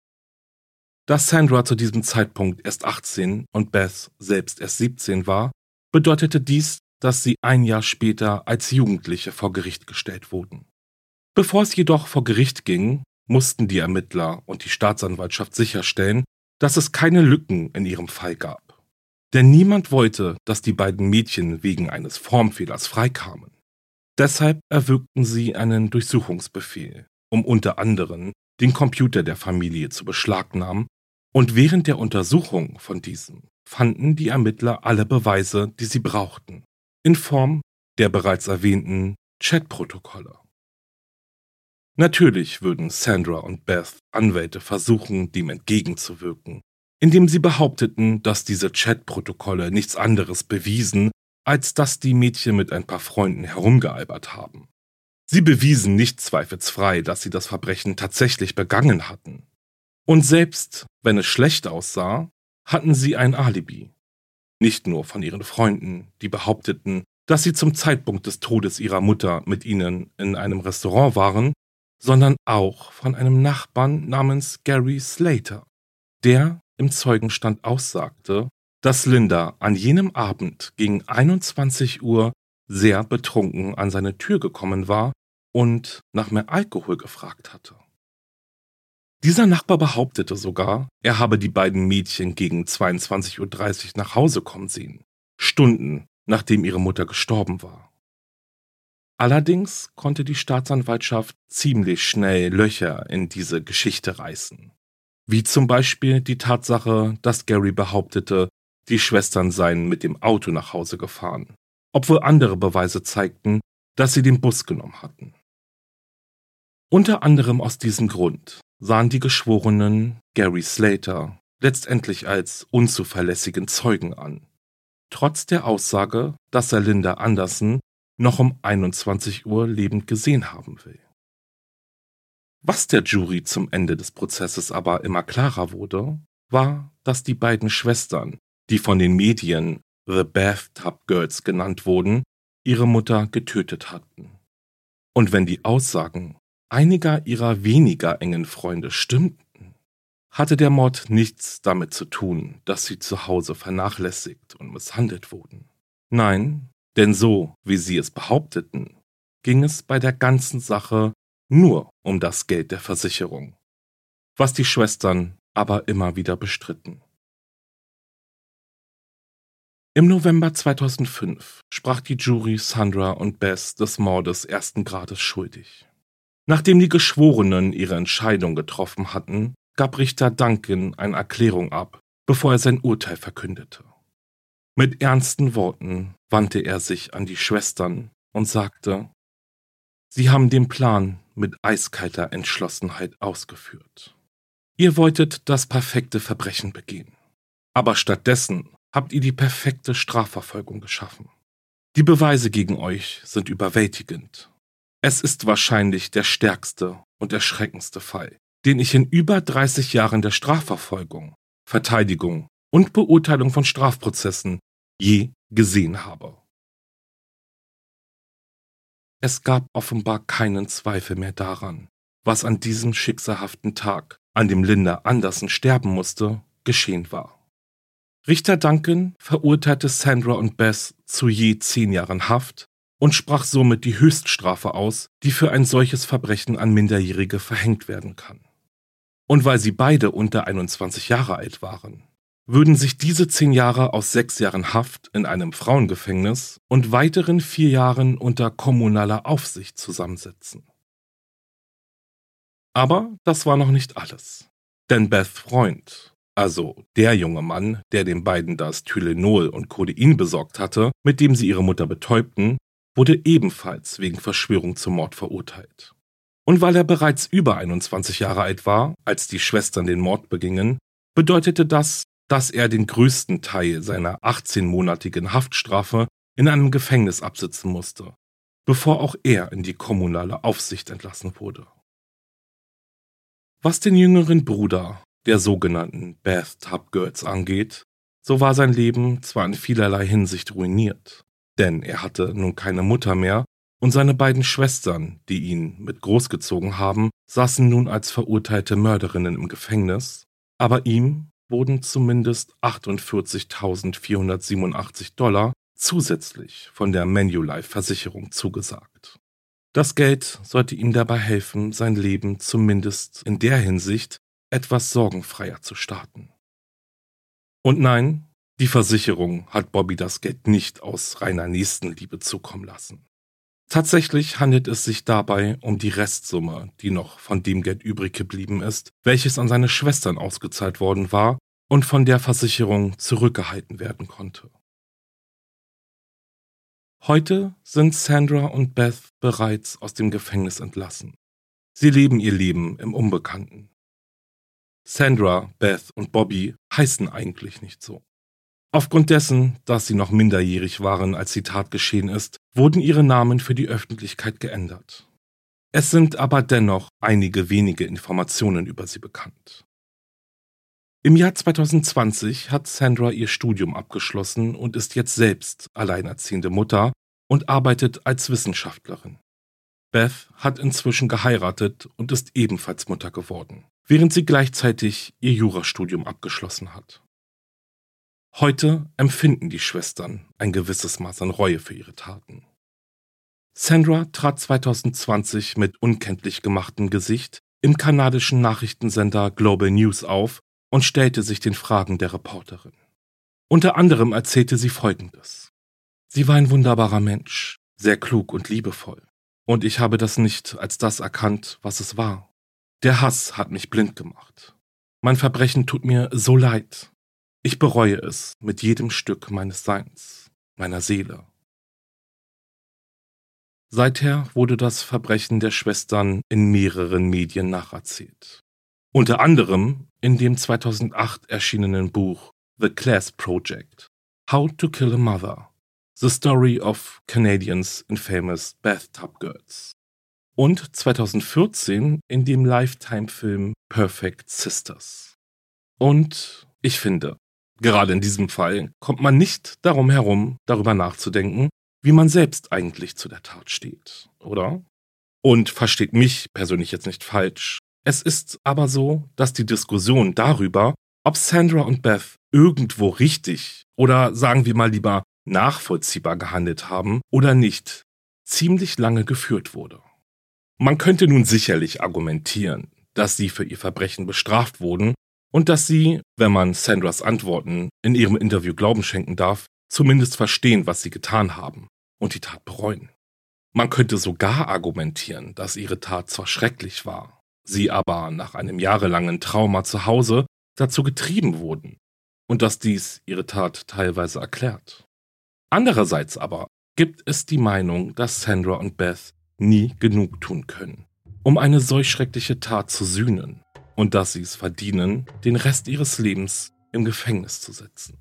Da Sandra zu diesem Zeitpunkt erst 18 und Beth selbst erst 17 war, bedeutete dies, dass sie ein Jahr später als Jugendliche vor Gericht gestellt wurden. Bevor es jedoch vor Gericht ging, mussten die Ermittler und die Staatsanwaltschaft sicherstellen, dass es keine Lücken in ihrem Fall gab. Denn niemand wollte, dass die beiden Mädchen wegen eines Formfehlers freikamen. Deshalb erwirkten sie einen Durchsuchungsbefehl, um unter anderem den Computer der Familie zu beschlagnahmen, und während der Untersuchung von diesem fanden die Ermittler alle Beweise, die sie brauchten, in Form der bereits erwähnten Chatprotokolle. Natürlich würden Sandra und Beth Anwälte versuchen, dem entgegenzuwirken, indem sie behaupteten, dass diese Chatprotokolle nichts anderes bewiesen, als dass die Mädchen mit ein paar Freunden herumgealbert haben. Sie bewiesen nicht zweifelsfrei, dass sie das Verbrechen tatsächlich begangen hatten. Und selbst wenn es schlecht aussah, hatten sie ein Alibi. Nicht nur von ihren Freunden, die behaupteten, dass sie zum Zeitpunkt des Todes ihrer Mutter mit ihnen in einem Restaurant waren, sondern auch von einem Nachbarn namens Gary Slater, der im Zeugenstand aussagte, dass Linda an jenem Abend gegen 21 Uhr sehr betrunken an seine Tür gekommen war und nach mehr Alkohol gefragt hatte. Dieser Nachbar behauptete sogar, er habe die beiden Mädchen gegen 22:30 Uhr nach Hause kommen sehen, Stunden nachdem ihre Mutter gestorben war. Allerdings konnte die Staatsanwaltschaft ziemlich schnell Löcher in diese Geschichte reißen. Wie zum Beispiel die Tatsache, dass Gary behauptete, die Schwestern seien mit dem Auto nach Hause gefahren, obwohl andere Beweise zeigten, dass sie den Bus genommen hatten. Unter anderem aus diesem Grund sahen die Geschworenen Gary Slater letztendlich als unzuverlässigen Zeugen an, trotz der Aussage, dass er Linda Anderson noch um 21 Uhr lebend gesehen haben will. Was der Jury zum Ende des Prozesses aber immer klarer wurde, war, dass die beiden Schwestern, die von den Medien The Bathtub Girls genannt wurden, ihre Mutter getötet hatten. Und wenn die Aussagen einiger ihrer weniger engen Freunde stimmten, hatte der Mord nichts damit zu tun, dass sie zu Hause vernachlässigt und misshandelt wurden. Nein, denn so, wie sie es behaupteten, ging es bei der ganzen Sache nur um das Geld der Versicherung, was die Schwestern aber immer wieder bestritten. Im November 2005 sprach die Jury Sandra und Beth des Mordes ersten Grades schuldig. Nachdem die Geschworenen ihre Entscheidung getroffen hatten, gab Richter Duncan eine Erklärung ab, bevor er sein Urteil verkündete. Mit ernsten Worten wandte er sich an die Schwestern und sagte: Sie haben den Plan mit eiskalter Entschlossenheit ausgeführt. Ihr wolltet das perfekte Verbrechen begehen, aber stattdessen habt ihr die perfekte Strafverfolgung geschaffen. Die Beweise gegen euch sind überwältigend. Es ist wahrscheinlich der stärkste und erschreckendste Fall, den ich in über 30 Jahren der Strafverfolgung, Verteidigung und Beurteilung von Strafprozessen je gesehen habe. Es gab offenbar keinen Zweifel mehr daran, was an diesem schicksalhaften Tag, an dem Linda Anderson sterben musste, geschehen war. Richter Duncan verurteilte Sandra und Beth zu je 10 Jahren Haft und sprach somit die Höchststrafe aus, die für ein solches Verbrechen an Minderjährige verhängt werden kann. Und weil sie beide unter 21 Jahre alt waren, würden sich diese 10 Jahre aus 6 Jahren Haft in einem Frauengefängnis und weiteren 4 Jahren unter kommunaler Aufsicht zusammensetzen. Aber das war noch nicht alles. Denn Beths Freund, also der junge Mann, der den beiden das Tylenol und Codein besorgt hatte, mit dem sie ihre Mutter betäubten, wurde ebenfalls wegen Verschwörung zum Mord verurteilt. Und weil er bereits über 21 Jahre alt war, als die Schwestern den Mord begingen, bedeutete das, dass er den größten Teil seiner 18-monatigen Haftstrafe in einem Gefängnis absitzen musste, bevor auch er in die kommunale Aufsicht entlassen wurde. Was den jüngeren Bruder der sogenannten Bathtub Girls angeht, so war sein Leben zwar in vielerlei Hinsicht ruiniert, denn er hatte nun keine Mutter mehr und seine beiden Schwestern, die ihn mit großgezogen haben, saßen nun als verurteilte Mörderinnen im Gefängnis, aber ihm wurden zumindest $48.487 zusätzlich von der Manulife-Versicherung zugesagt. Das Geld sollte ihm dabei helfen, sein Leben zumindest in der Hinsicht etwas sorgenfreier zu starten. Und nein, die Versicherung hat Bobby das Geld nicht aus reiner Nächstenliebe zukommen lassen. Tatsächlich handelt es sich dabei um die Restsumme, die noch von dem Geld übrig geblieben ist, welches an seine Schwestern ausgezahlt worden war und von der Versicherung zurückgehalten werden konnte. Heute sind Sandra und Beth bereits aus dem Gefängnis entlassen. Sie leben ihr Leben im Unbekannten. Sandra, Beth und Bobby heißen eigentlich nicht so. Aufgrund dessen, dass sie noch minderjährig waren, als die Tat geschehen ist, wurden ihre Namen für die Öffentlichkeit geändert. Es sind aber dennoch einige wenige Informationen über sie bekannt. Im Jahr 2020 hat Sandra ihr Studium abgeschlossen und ist jetzt selbst alleinerziehende Mutter und arbeitet als Wissenschaftlerin. Beth hat inzwischen geheiratet und ist ebenfalls Mutter geworden, während sie gleichzeitig ihr Jurastudium abgeschlossen hat. Heute empfinden die Schwestern ein gewisses Maß an Reue für ihre Taten. Sandra trat 2020 mit unkenntlich gemachtem Gesicht im kanadischen Nachrichtensender Global News auf und stellte sich den Fragen der Reporterin. Unter anderem erzählte sie Folgendes: Sie war ein wunderbarer Mensch, sehr klug und liebevoll. Und ich habe das nicht als das erkannt, was es war. Der Hass hat mich blind gemacht. Mein Verbrechen tut mir so leid. Ich bereue es mit jedem Stück meines Seins, meiner Seele. Seither wurde das Verbrechen der Schwestern in mehreren Medien nacherzählt. Unter anderem in dem 2008 erschienenen Buch The Class Project, How to Kill a Mother, The Story of Canadians Infamous Bathtub Girls. Und 2014 in dem Lifetime-Film Perfect Sisters. Und ich finde, gerade in diesem Fall kommt man nicht darum herum, darüber nachzudenken, wie man selbst eigentlich zu der Tat steht, oder? Und versteht mich persönlich jetzt nicht falsch. Es ist aber so, dass die Diskussion darüber, ob Sandra und Beth irgendwo richtig oder sagen wir mal lieber nachvollziehbar gehandelt haben oder nicht, ziemlich lange geführt wurde. Man könnte nun sicherlich argumentieren, dass sie für ihr Verbrechen bestraft wurden und dass sie, wenn man Sandras Antworten in ihrem Interview Glauben schenken darf, zumindest verstehen, was sie getan haben und die Tat bereuen. Man könnte sogar argumentieren, dass ihre Tat zwar schrecklich war, sie aber nach einem jahrelangen Trauma zu Hause dazu getrieben wurden und dass dies ihre Tat teilweise erklärt. Andererseits aber gibt es die Meinung, dass Sandra und Beth nie genug tun können, um eine solch schreckliche Tat zu sühnen und dass sie es verdienen, den Rest ihres Lebens im Gefängnis zu sitzen.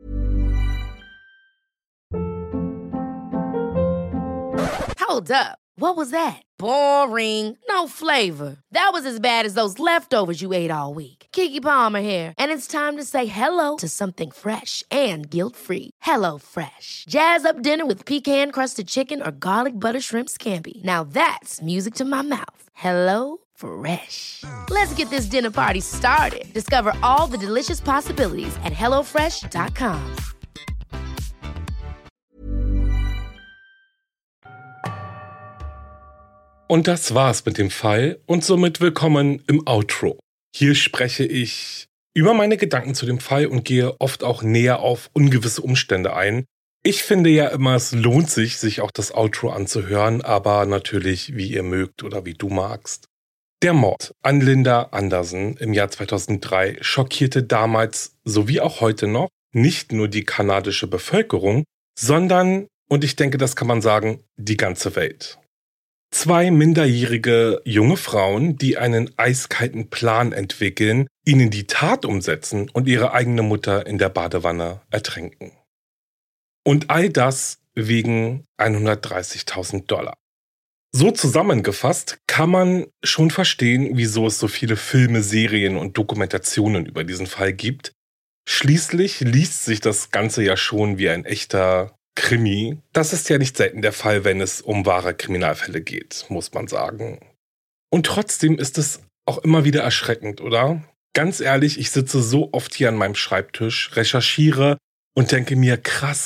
Hold up. What was that? Boring. No flavor. That was as bad as those leftovers you ate all week. Keke Palmer here, and it's time to say hello to something fresh and guilt-free. HelloFresh. Jazz up dinner with pecan-crusted chicken or garlic butter shrimp scampi. Now that's music to my mouth. HelloFresh. Let's get this dinner party started. Discover all the delicious possibilities at hellofresh.com. Und das war's mit dem Fall und somit willkommen im Outro. Hier spreche ich über meine Gedanken zu dem Fall und gehe oft auch näher auf ungewisse Umstände ein. Ich finde ja immer, es lohnt sich auch das Outro anzuhören, aber natürlich, wie ihr mögt oder wie du magst. Der Mord an Linda Anderson im Jahr 2003 schockierte damals, sowie auch heute noch, nicht nur die kanadische Bevölkerung, sondern, und ich denke, das kann man sagen, die ganze Welt. 2 minderjährige junge Frauen, die einen eiskalten Plan entwickeln, ihn in die Tat umsetzen und ihre eigene Mutter in der Badewanne ertränken. Und all das wegen $130.000. So zusammengefasst kann man schon verstehen, wieso es so viele Filme, Serien und Dokumentationen über diesen Fall gibt. Schließlich liest sich das Ganze ja schon wie ein echter Krimi. Das ist ja nicht selten der Fall, wenn es um wahre Kriminalfälle geht, muss man sagen. Und trotzdem ist es auch immer wieder erschreckend, oder? Ganz ehrlich, ich sitze so oft hier an meinem Schreibtisch, recherchiere und denke mir, krass.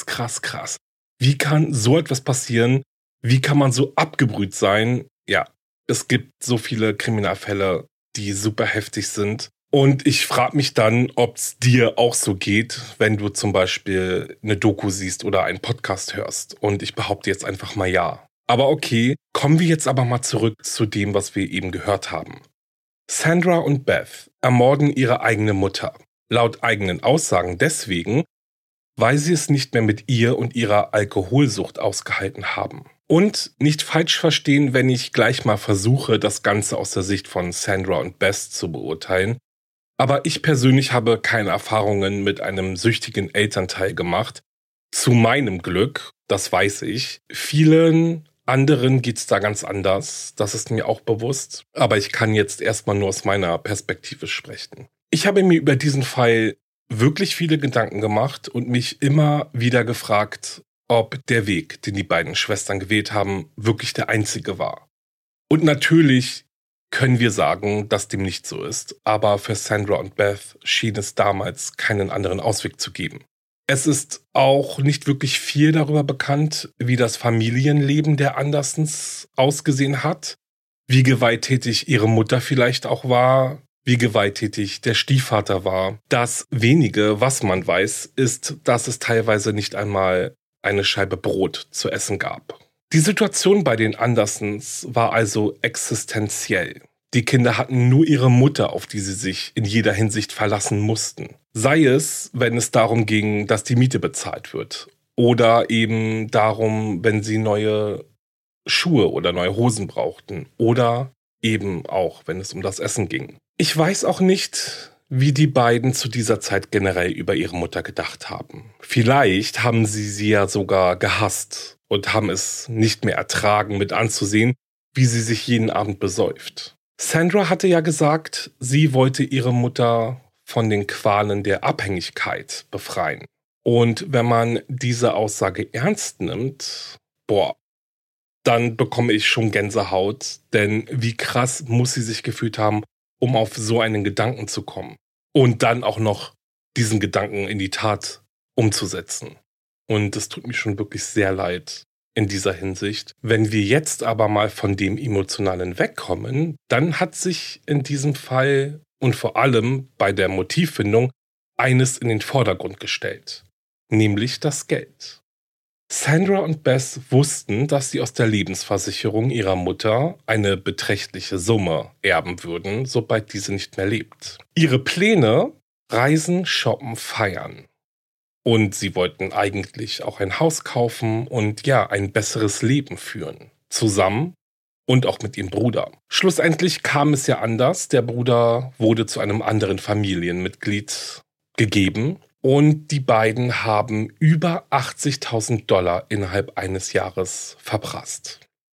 Wie kann so etwas passieren? Wie kann man so abgebrüht sein? Ja, es gibt so viele Kriminalfälle, die super heftig sind. Und ich frage mich dann, ob es dir auch so geht, wenn du zum Beispiel eine Doku siehst oder einen Podcast hörst. Und ich behaupte jetzt einfach mal ja. Aber okay, kommen wir jetzt aber mal zurück zu dem, was wir eben gehört haben. Sandra und Beth ermorden ihre eigene Mutter. Laut eigenen Aussagen deswegen, weil sie es nicht mehr mit ihr und ihrer Alkoholsucht ausgehalten haben. Und nicht falsch verstehen, wenn ich gleich mal versuche, das Ganze aus der Sicht von Sandra und Beth zu beurteilen. Aber ich persönlich habe keine Erfahrungen mit einem süchtigen Elternteil gemacht. Zu meinem Glück, das weiß ich. Vielen anderen geht's da ganz anders. Das ist mir auch bewusst. Aber ich kann jetzt erstmal nur aus meiner Perspektive sprechen. Ich habe mir über diesen Fall wirklich viele Gedanken gemacht und mich immer wieder gefragt, ob der Weg, den die beiden Schwestern gewählt haben, wirklich der einzige war. Und natürlich können wir sagen, dass dem nicht so ist, aber für Sandra und Beth schien es damals keinen anderen Ausweg zu geben. Es ist auch nicht wirklich viel darüber bekannt, wie das Familienleben der Andersons ausgesehen hat, wie gewalttätig ihre Mutter vielleicht auch war, wie gewalttätig der Stiefvater war. Das wenige, was man weiß, ist, dass es teilweise nicht einmal eine Scheibe Brot zu essen gab. Die Situation bei den Andersons war also existenziell. Die Kinder hatten nur ihre Mutter, auf die sie sich in jeder Hinsicht verlassen mussten. Sei es, wenn es darum ging, dass die Miete bezahlt wird. Oder eben darum, wenn sie neue Schuhe oder neue Hosen brauchten. Oder eben auch, wenn es um das Essen ging. Ich weiß auch nicht, wie die beiden zu dieser Zeit generell über ihre Mutter gedacht haben. Vielleicht haben sie ja sogar gehasst und haben es nicht mehr ertragen, mit anzusehen, wie sie sich jeden Abend besäuft. Sandra hatte ja gesagt, sie wollte ihre Mutter von den Qualen der Abhängigkeit befreien. Und wenn man diese Aussage ernst nimmt, dann bekomme ich schon Gänsehaut, denn wie krass muss sie sich gefühlt haben, um auf so einen Gedanken zu kommen. Und dann auch noch diesen Gedanken in die Tat umzusetzen. Und es tut mir schon wirklich sehr leid in dieser Hinsicht. Wenn wir jetzt aber mal von dem Emotionalen wegkommen, dann hat sich in diesem Fall und vor allem bei der Motivfindung eines in den Vordergrund gestellt, nämlich das Geld. Sandra und Beth wussten, dass sie aus der Lebensversicherung ihrer Mutter eine beträchtliche Summe erben würden, sobald diese nicht mehr lebt. Ihre Pläne: Reisen, shoppen, feiern. Und sie wollten eigentlich auch ein Haus kaufen und ja, ein besseres Leben führen. Zusammen und auch mit ihrem Bruder. Schlussendlich kam es ja anders. Der Bruder wurde zu einem anderen Familienmitglied gegeben. Und die beiden haben über $80.000 innerhalb eines Jahres verprasst.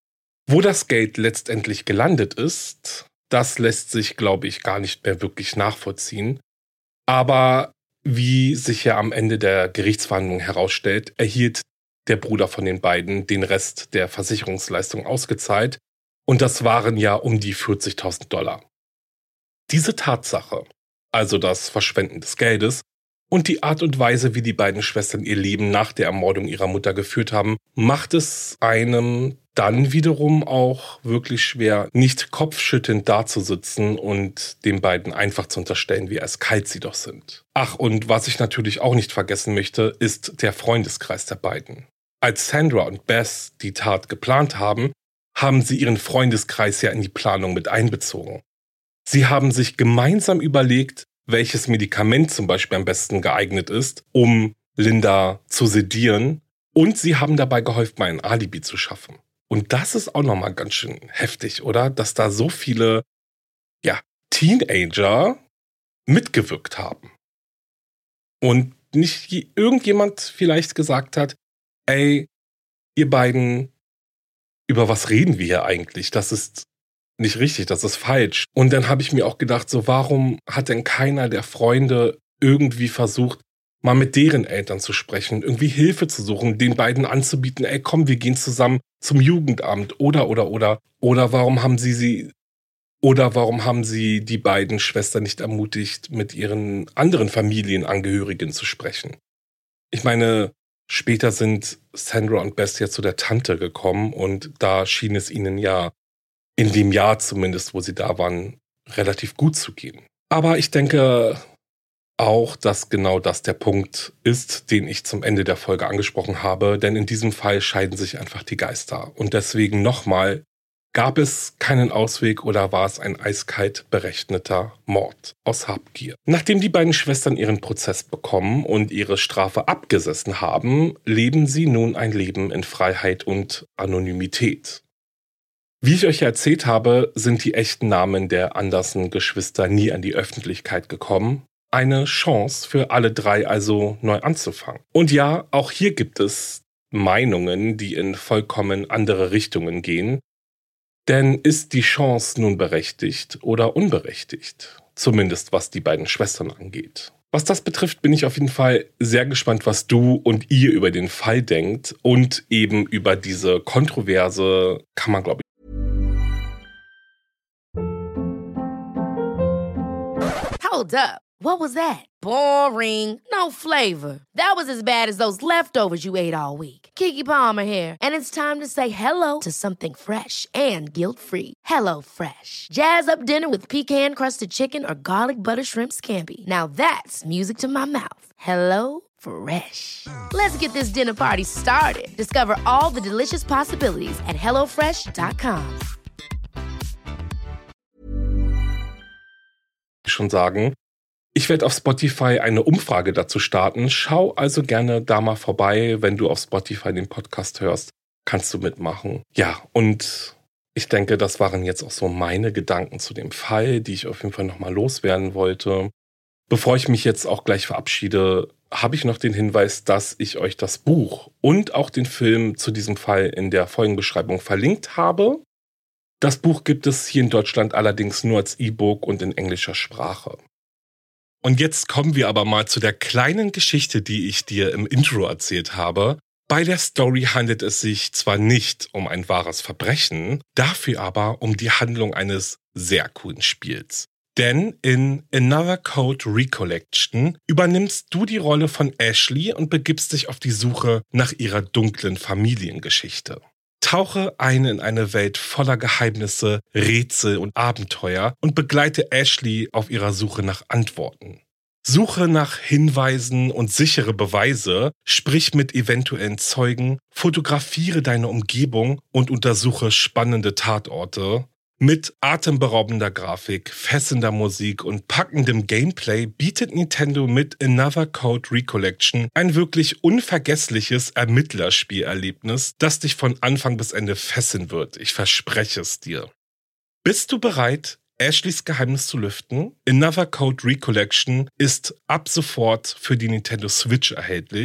Wo das Geld letztendlich gelandet ist, das lässt sich, glaube ich, gar nicht mehr wirklich nachvollziehen. Aber wie sich ja am Ende der Gerichtsverhandlung herausstellt, erhielt der Bruder von den beiden den Rest der Versicherungsleistung ausgezahlt. Und das waren ja um die $40.000. Diese Tatsache, also das Verschwenden des Geldes und die Art und Weise, wie die beiden Schwestern ihr Leben nach der Ermordung ihrer Mutter geführt haben, macht es einem dann wiederum auch wirklich schwer, nicht kopfschüttelnd dazusitzen und den beiden einfach zu unterstellen, wie eiskalt sie doch sind. Ach, und was ich natürlich auch nicht vergessen möchte, ist der Freundeskreis der beiden. Als Sandra und Beth die Tat geplant haben, haben sie ihren Freundeskreis ja in die Planung mit einbezogen. Sie haben sich gemeinsam überlegt, welches Medikament zum Beispiel am besten geeignet ist, um Linda zu sedieren. Und sie haben dabei geholfen, ein Alibi zu schaffen. Und das ist auch nochmal ganz schön heftig, oder? Dass da so viele, Teenager mitgewirkt haben. Und nicht irgendjemand vielleicht gesagt hat, ey, ihr beiden, über was reden wir hier eigentlich? Das ist nicht richtig, das ist falsch. Und dann habe ich mir auch gedacht, so warum hat denn keiner der Freunde irgendwie versucht, mal mit deren Eltern zu sprechen, irgendwie Hilfe zu suchen, den beiden anzubieten, ey komm, wir gehen zusammen zum Jugendamt oder warum haben sie die beiden Schwestern nicht ermutigt, mit ihren anderen Familienangehörigen zu sprechen? Ich meine, später sind Sandra und Beth ja zu der Tante gekommen und da schien es ihnen ja in dem Jahr zumindest, wo sie da waren, relativ gut zu gehen. Aber ich denke auch, dass genau das der Punkt ist, den ich zum Ende der Folge angesprochen habe, denn in diesem Fall scheiden sich einfach die Geister. Und deswegen nochmal, gab es keinen Ausweg oder war es ein eiskalt berechneter Mord aus Habgier? Nachdem die beiden Schwestern ihren Prozess bekommen und ihre Strafe abgesessen haben, leben sie nun ein Leben in Freiheit und Anonymität. Wie ich euch ja erzählt habe, sind die echten Namen der Anderson-Geschwister nie an die Öffentlichkeit gekommen. Eine Chance für alle drei also neu anzufangen. Und ja, auch hier gibt es Meinungen, die in vollkommen andere Richtungen gehen. Denn ist die Chance nun berechtigt oder unberechtigt? Zumindest was die beiden Schwestern angeht. Was das betrifft, bin ich auf jeden Fall sehr gespannt, was du und ihr über den Fall denkt und eben über diese Kontroverse, kann man glaube ich. Hold up. What was that? Boring. No flavor. That was as bad as those leftovers you ate all week. Keke Palmer here. And it's time to say hello to something fresh and guilt-free. Hello Fresh. Jazz up dinner with pecan-crusted chicken or garlic butter shrimp scampi. Now that's music to my mouth. Hello Fresh. Let's get this dinner party started. Discover all the delicious possibilities at hellofresh.com. Schon sagen, ich werde auf Spotify eine Umfrage dazu starten. Schau also gerne da mal vorbei, wenn du auf Spotify den Podcast hörst, kannst du mitmachen. Ja, und ich denke, das waren jetzt auch so meine Gedanken zu dem Fall, die ich auf jeden Fall nochmal loswerden wollte. Bevor ich mich jetzt auch gleich verabschiede, habe ich noch den Hinweis, dass ich euch das Buch und auch den Film zu diesem Fall in der Folgenbeschreibung verlinkt habe. Das Buch gibt es hier in Deutschland allerdings nur als E-Book und in englischer Sprache. Und jetzt kommen wir aber mal zu der kleinen Geschichte, die ich dir im Intro erzählt habe. Bei der Story handelt es sich zwar nicht um ein wahres Verbrechen, dafür aber um die Handlung eines sehr coolen Spiels. Denn in Another Code Recollection übernimmst du die Rolle von Ashley und begibst dich auf die Suche nach ihrer dunklen Familiengeschichte. Tauche ein in eine Welt voller Geheimnisse, Rätsel und Abenteuer und begleite Ashley auf ihrer Suche nach Antworten. Suche nach Hinweisen und sichere Beweise, sprich mit eventuellen Zeugen, fotografiere deine Umgebung und untersuche spannende Tatorte. Mit atemberaubender Grafik, fesselnder Musik und packendem Gameplay bietet Nintendo mit Another Code Recollection ein wirklich unvergessliches Ermittlerspielerlebnis, das dich von Anfang bis Ende fesseln wird. Ich verspreche es dir. Bist du bereit, Ashleys Geheimnis zu lüften? Another Code Recollection ist ab sofort für die Nintendo Switch erhältlich.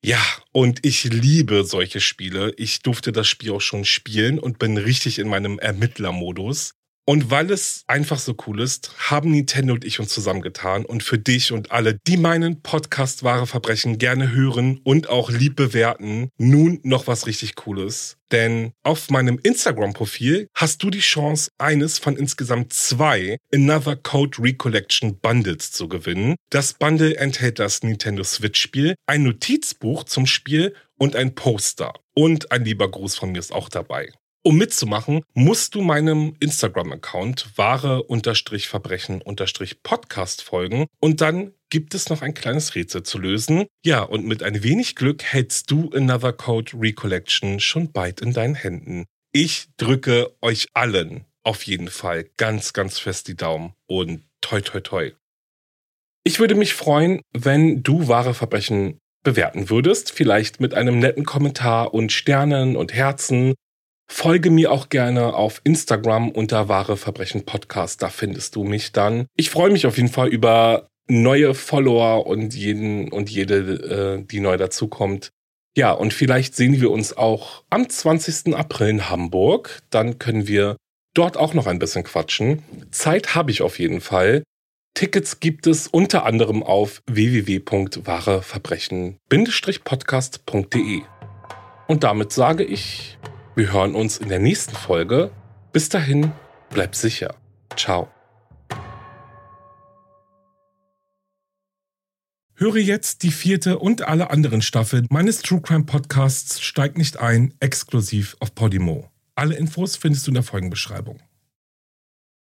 Ja, und ich liebe solche Spiele. Ich durfte das Spiel auch schon spielen und bin richtig in meinem Ermittlermodus. Und weil es einfach so cool ist, haben Nintendo und ich uns zusammengetan und für dich und alle, die meinen Podcast Wahre Verbrechen gerne hören und auch lieb bewerten, nun noch was richtig Cooles. Denn auf meinem Instagram-Profil hast du die Chance, eines von insgesamt 2 Another Code Recollection Bundles zu gewinnen. Das Bundle enthält das Nintendo Switch-Spiel, ein Notizbuch zum Spiel und ein Poster. Und ein lieber Gruß von mir ist auch dabei. Um mitzumachen, musst du meinem Instagram-Account wahre-verbrechen-podcast folgen und dann gibt es noch ein kleines Rätsel zu lösen. Ja, und mit ein wenig Glück hältst du Another Code Recollection schon bald in deinen Händen. Ich drücke euch allen auf jeden Fall ganz, ganz fest die Daumen und toi, toi, toi. Ich würde mich freuen, wenn du Wahre Verbrechen bewerten würdest, vielleicht mit einem netten Kommentar und Sternen und Herzen. Folge mir auch gerne auf Instagram unter Wahre Verbrechen Podcast, da findest du mich dann. Ich freue mich auf jeden Fall über neue Follower und jeden und jede, die neu dazukommt. Ja, und vielleicht sehen wir uns auch am 20. April in Hamburg. Dann können wir dort auch noch ein bisschen quatschen. Zeit habe ich auf jeden Fall. Tickets gibt es unter anderem auf www.wahreverbrechen-podcast.de. Und damit sage ich, wir hören uns in der nächsten Folge. Bis dahin, bleib sicher. Ciao. Höre jetzt die 4. und alle anderen Staffeln meines True Crime Podcasts Steig nicht ein, exklusiv auf Podimo. Alle Infos findest du in der Folgenbeschreibung.